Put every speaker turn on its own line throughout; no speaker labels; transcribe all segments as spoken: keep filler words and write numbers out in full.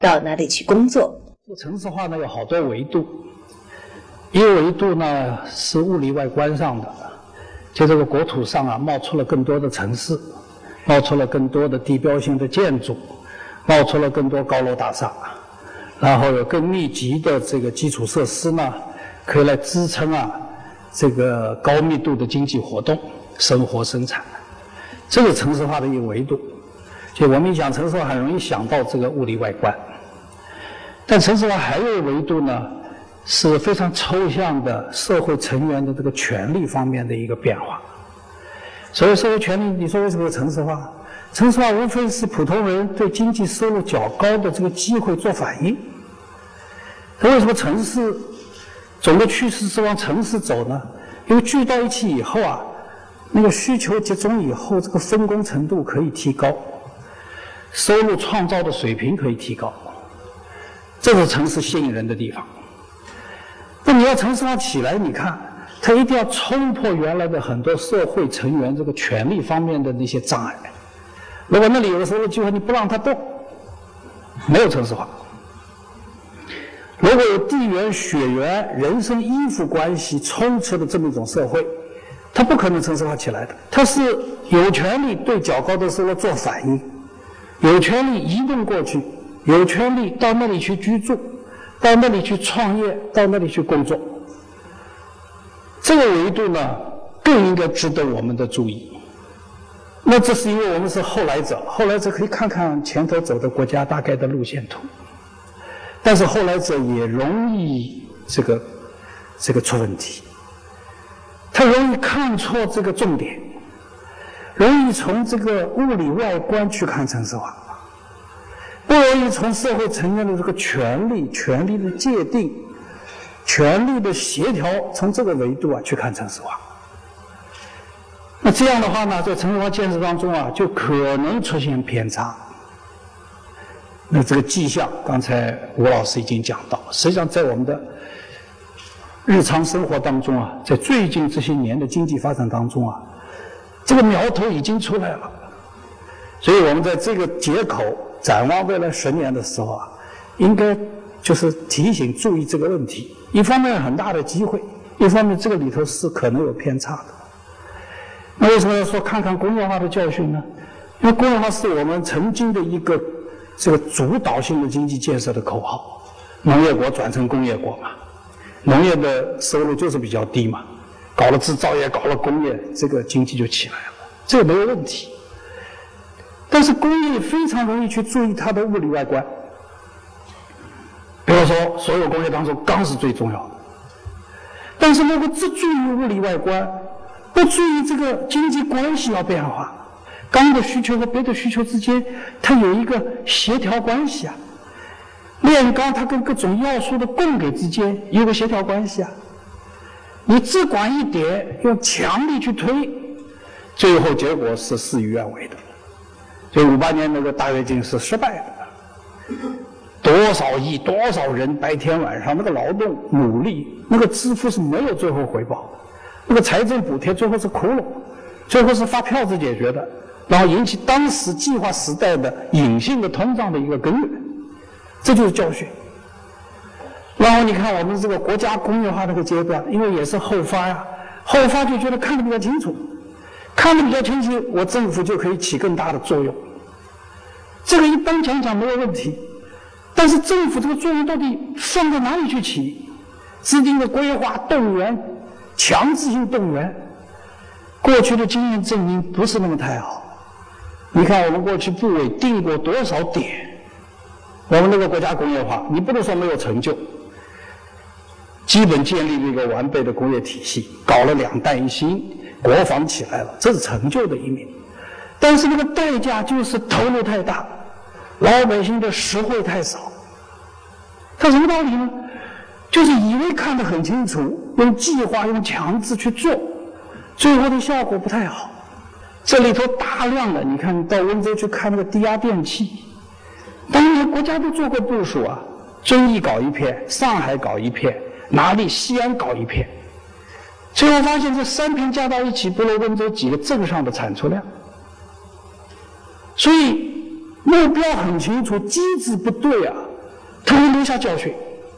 到哪里去工作。
这城市化呢有好多维度，一个维度呢是物理外观上的，就这个国土上啊冒出了更多的城市，冒出了更多的地标性的建筑，冒出了更多高楼大厦，然后有更密集的这个基础设施呢，可以来支撑啊这个高密度的经济活动、生活生产。这是城市化的一个维度。就我们一讲城市化，很容易想到这个物理外观。但城市化还有一个维度呢，是非常抽象的社会成员的这个权利方面的一个变化。所谓社会权利，你说为什么有城市化？城市化无非是普通人对经济收入较高的这个机会做反应。那为什么城市总的趋势是往城市走呢？因为聚到一起以后啊，那个需求集中以后，这个分工程度可以提高，收入创造的水平可以提高，这是城市吸引人的地方。那你要城市化起来，你看它一定要冲破原来的很多社会成员这个权利方面的那些障碍。如果那里有个收入机会，你不让它动，没有城市化。如果有地缘、血缘、人身依附关系充斥的这么一种社会，它不可能城市化起来的。它是有权利对较高的收入做反应，有权利移动过去，有权利到那里去居住，到那里去创业，到那里去工作。这个维度呢，更应该值得我们的注意。那这是因为我们是后来者，后来者可以看看前头走的国家大概的路线图，但是后来者也容易这个这个出问题，他容易看错这个重点，容易从这个物理外观去看城市化，不容易从社会成员的这个权利、权利的界定、权利的协调，从这个维度啊去看城市化。那这样的话呢，在城市化建设当中啊，就可能出现偏差。那这个迹象，刚才吴老师已经讲到，实际上在我们的日常生活当中啊，在最近这些年的经济发展当中啊，这个苗头已经出来了。所以我们在这个节口展望未来十年的时候啊，应该就是提醒注意这个问题。一方面很大的机会，一方面这个里头是可能有偏差的。那为什么要说看看工业化的教训呢？因为工业化是我们曾经的一个这个主导性的经济建设的口号，农业国转成工业国嘛，农业的收入就是比较低嘛，搞了制造业，搞了工业，这个经济就起来了，这个没有问题。但是工业非常容易去注意它的物理外观，比如说所有工业当中钢是最重要的，但是如果只注意物理外观，不注意这个经济关系要变化，钢的需求和别的需求之间它有一个协调关系啊，炼钢它跟各种要素的供给之间有个协调关系啊，你只管一点用强力去推，最后结果是事与愿违的。就五八年那个大跃进是失败的，多少亿多少人白天晚上那个劳动努力，那个支付是没有最后回报的，那个财政补贴最后是窟窿，最后是发票子解决的，然后引起当时计划时代的隐性的通胀的一个根源，这就是教训。然后你看我们这个国家工业化这个阶段，因为也是后发呀，后发就觉得看得比较清楚，看得比较清楚，我政府就可以起更大的作用。这个一般讲讲没有问题，但是政府这个作用到底放到哪里去起？制定的规划、动员、强制性动员，过去的经验证明不是那么太好。你看我们过去部委定过多少点，我们那个国家工业化，你不能说没有成就，基本建立了一个完备的工业体系，搞了两弹一星，国防起来了，这是成就的一面。但是那个代价就是投入太大，老百姓的实惠太少。它什么道理呢？就是以为看得很清楚，用计划用强制去做，最后的效果不太好。这里头大量的，你看到温州去看那个低压电器，当年国家都做过部署啊，遵义搞一片，上海搞一片，哪里西安搞一片，最后发现这三片加到一起不如温州几个镇上的产出量。所以目标很清楚，机制不对啊， 它会留下教训。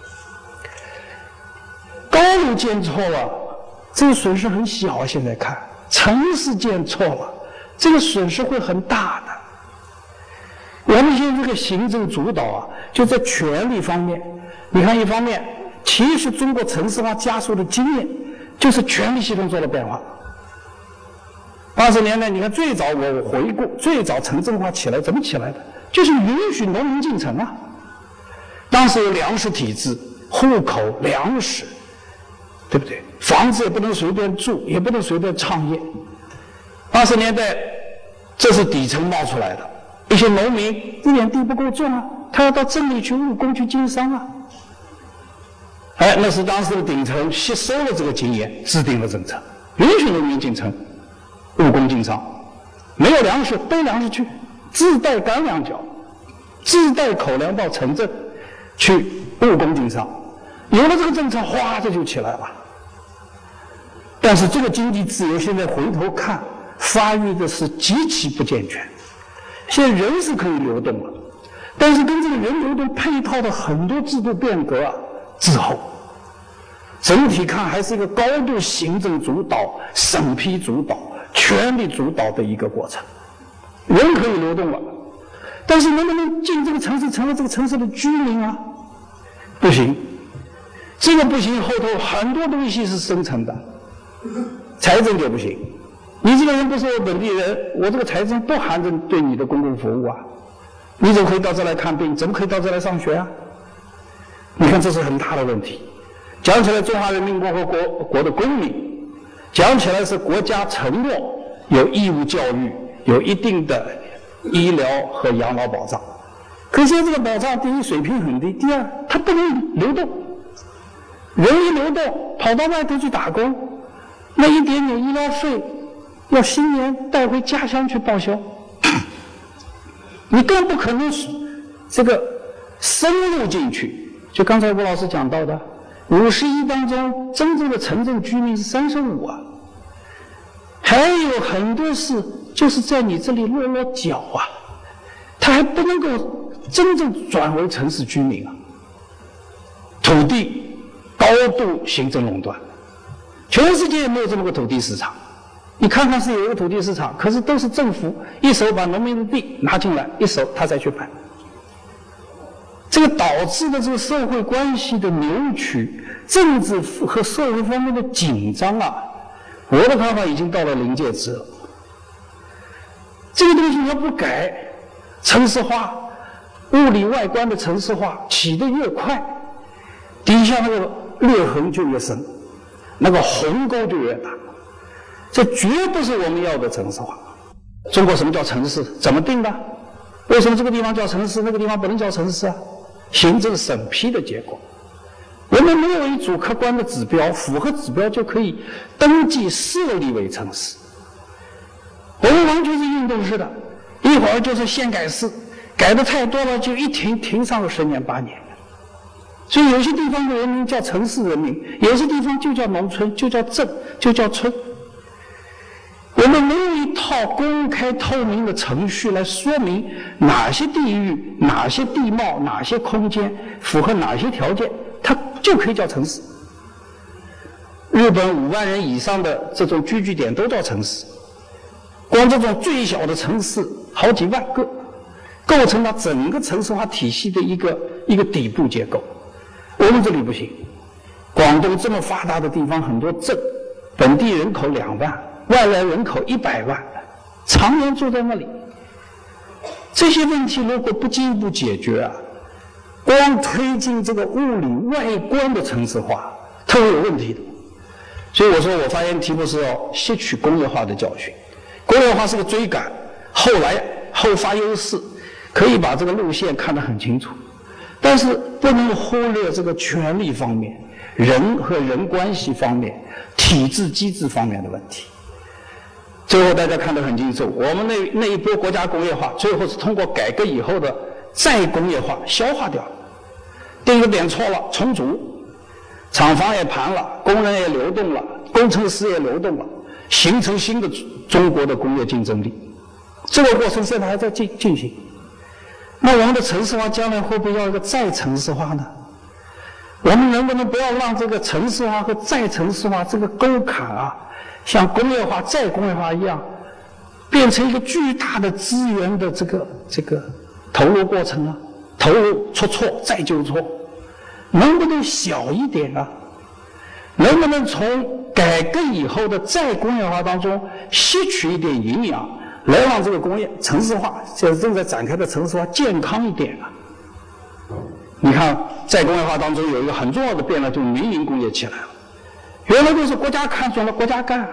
高楼建错了，这个损失很小，现在看城市建错了，这个损失会很大的。我们现在这个行政主导啊，就在权力方面，你看一方面，其实中国城市化加速的经验就是权力系统做了变化。八十年代，你看最早我回顾，最早城镇化起来怎么起来的？就是允许农民进城啊。当时有粮食体制，户口、粮食，对不对？房子也不能随便住，也不能随便创业。八十年代，这是底层冒出来的一些农民，一点地不够种啊，他要到镇里去务工去经商啊。哎，那是当时的顶层吸收了这个经验，制定了政策，允许农民进城。务工经商，没有粮食背粮食去，自带干粮脚，自带口粮到城镇去务工经商。有了这个政策，哗，这就起来了。但是这个经济自由现在回头看，发育的是极其不健全。现在人是可以流动了，但是跟这个人流动配套的很多制度变革啊滞后。整体看还是一个高度行政主导、审批主导、权力主导的一个过程。人可以流动了，但是能不能进这个城市成为这个城市的居民啊？不行，这个不行，后头很多东西是生成的，财政就不行。你这个人不是我本地人，我这个财政不含着对你的公共服务啊，你怎么可以到这来看病？怎么可以到这来上学啊？你看这是很大的问题。讲起来，中华人民共和国国的公民，讲起来是国家承诺有义务教育，有一定的医疗和养老保障。可是这个保障，第一水平很低，第二它不能流动。人一流动，跑到外头去打工，那一点点医疗费要新年带回家乡去报销，你更不可能这个深入进去。就刚才吴老师讲到的，五十一当中真正的城镇居民是三十五啊，还有很多事就是在你这里落落脚啊，他还不能够真正转为城市居民啊。土地高度行政垄断，全世界也没有这么个土地市场。你看看是有一个土地市场，可是都是政府一手把农民的地拿进来，一手他再去买。这个导致的这个社会关系的扭曲，政治和社会方面的紧张啊，我的看法已经到了临界值了。这个东西你要不改，城市化、物理外观的城市化起得越快，底下那个裂痕就越深，那个鸿沟就越大。这绝不是我们要的城市化。中国什么叫城市？怎么定的？为什么这个地方叫城市，那个地方不能叫城市啊？行政审批的结果。我们没有一组客观的指标，符合指标就可以登记设立为城市。我们完全是运动式的，一会儿就是县改市，改的太多了就一停停上了十年八年。所以有些地方的人民叫城市人民，有些地方就叫农村，就叫镇，就叫村。我们没有一套公开透明的程序来说明哪些地域、哪些地貌、哪些空间符合哪些条件，它就可以叫城市。日本五万人以上的这种聚居点都叫城市，光这种最小的城市好几万个，构成了整个城市化体系的一个一个底部结构。我们这里不行，广东这么发达的地方，很多镇，本地人口两万。外来人口一百万，常年住在那里。这些问题如果不进一步解决啊，光推进这个物理外观的城市化，它会有问题的。所以我说我发言题目是要吸取工业化的教训。工业化是个追赶，后来后发优势，可以把这个路线看得很清楚，但是不能忽略这个权力方面、人和人关系方面、体制机制方面的问题。最后大家看得很清楚，我们那那一波国家工业化，最后是通过改革以后的再工业化消化掉了。定个点错了，重组，厂房也盘了，工人也流动了，工程师也流动了，形成新的中国的工业竞争力。这个过程现在还在进进行。 那我们的城市化将来会不会要一个再城市化呢？我们能不能不要让这个城市化和再城市化这个沟坎啊，像工业化、再工业化一样，变成一个巨大的资源的这个这个投入过程呢？投入出错再纠错，能不能小一点啊？能不能从改革以后的再工业化当中吸取一点营养，来让这个工业城市化，现在正在展开的城市化健康一点啊？你看，再工业化当中有一个很重要的变化，就是民营工业起来了。原来都是国家看中了国家干，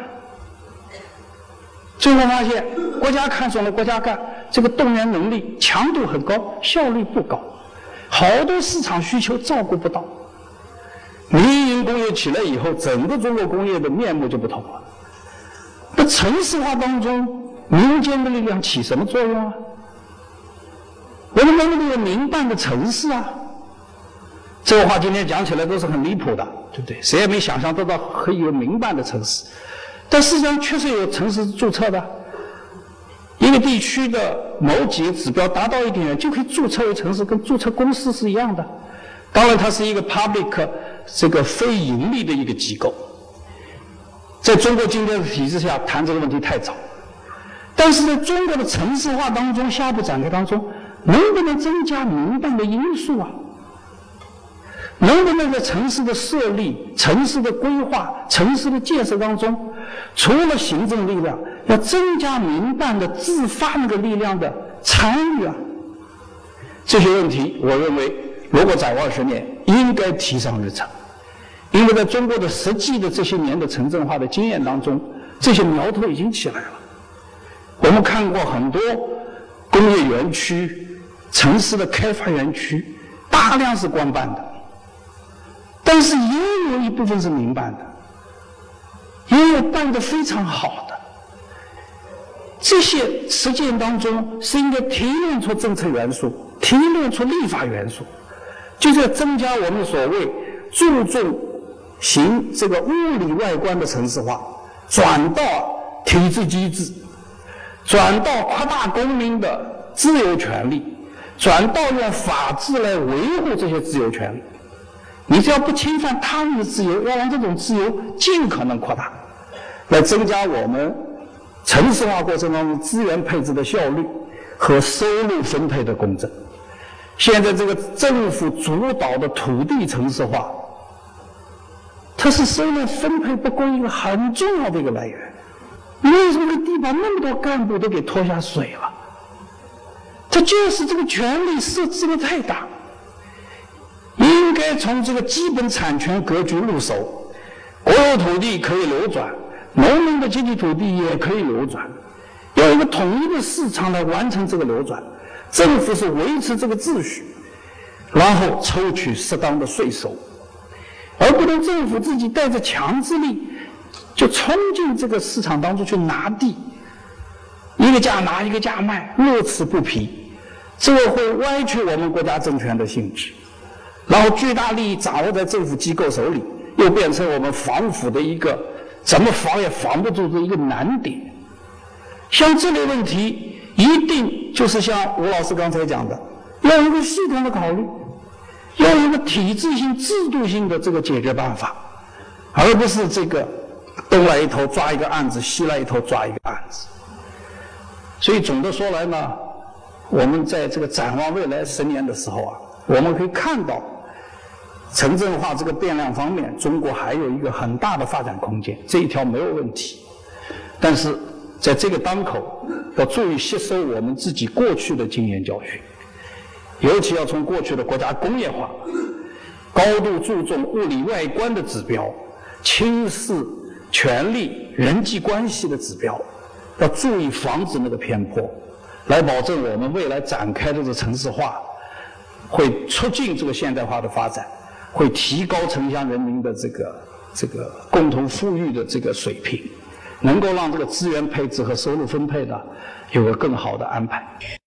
最后发现国家看中了国家干，这个动员能力强度很高，效率不高，好多市场需求照顾不到。民营工业起来以后，整个中国工业的面目就不同了。那城市化当中，民间的力量起什么作用啊？我们能不能有民办的城市啊？这个话今天讲起来都是很离谱的，对不对？谁也没想象得到可以有民办的城市，但事实上确实有城市注册的。一个地区的某几个指标达到一点，就可以注册为城市，跟注册公司是一样的。当然，它是一个 public 这个非盈利的一个机构。在中国今天的体制下谈这个问题太早，但是在中国的城市化当中，下一步展开当中，能不能增加民办的因素啊？能不能在城市的设立、城市的规划、城市的建设当中，除了行政力量，要增加民办的自发那个力量的参与啊？这些问题，我认为如果展望二十年，应该提上日程。因为在中国的实际的这些年的城镇化的经验当中，这些苗头已经起来了。我们看过很多工业园区、城市的开发园区，大量是官办的。但是也有一部分是民办的，也有办得非常好的。这些实践当中是应该提炼出政策元素，提炼出立法元素，就是要增加我们所谓注重行这个物理外观的城市化，转到体制机制，转到扩大公民的自由权利，转到用法治来维护这些自由权利。你只要不侵犯他人的自由，要让这种自由尽可能扩大，来增加我们城市化过程当中资源配置的效率和收入分配的公正。现在这个政府主导的土地城市化，它是收入分配不公一个很重要的一个来源。为什么这个地把那么多干部都给拖下水了？它就是这个权力设置的太大。应该从这个基本产权格局入手，国有土地可以流转，农民的经济土地也可以流转，要有一个统一的市场来完成这个流转。政府是维持这个秩序，然后抽取适当的税收，而不能政府自己带着强制力就冲进这个市场当中去拿地，一个价拿一个价卖，乐此不疲，这个会歪曲我们国家政权的性质。然后巨大利益掌握在政府机构手里，又变成我们防腐的一个怎么防也防不住的一个难点。像这类问题，一定就是像吴老师刚才讲的，要有一个系统的考虑，要有一个体制性、制度性的这个解决办法，而不是这个东来一头抓一个案子，西来一头抓一个案子。所以总的说来呢，我们在这个展望未来十年的时候啊，我们可以看到城镇化这个变量方面，中国还有一个很大的发展空间，这一条没有问题。但是在这个当口，要注意吸收我们自己过去的经验教训，尤其要从过去的国家工业化、高度注重物理外观的指标、轻视权力、人际关系的指标，要注意防止那个偏颇，来保证我们未来展开的这城市化会促进这个现代化的发展，会提高城乡人民的这个这个共同富裕的这个水平，能够让这个资源配置和收入分配呢有个更好的安排。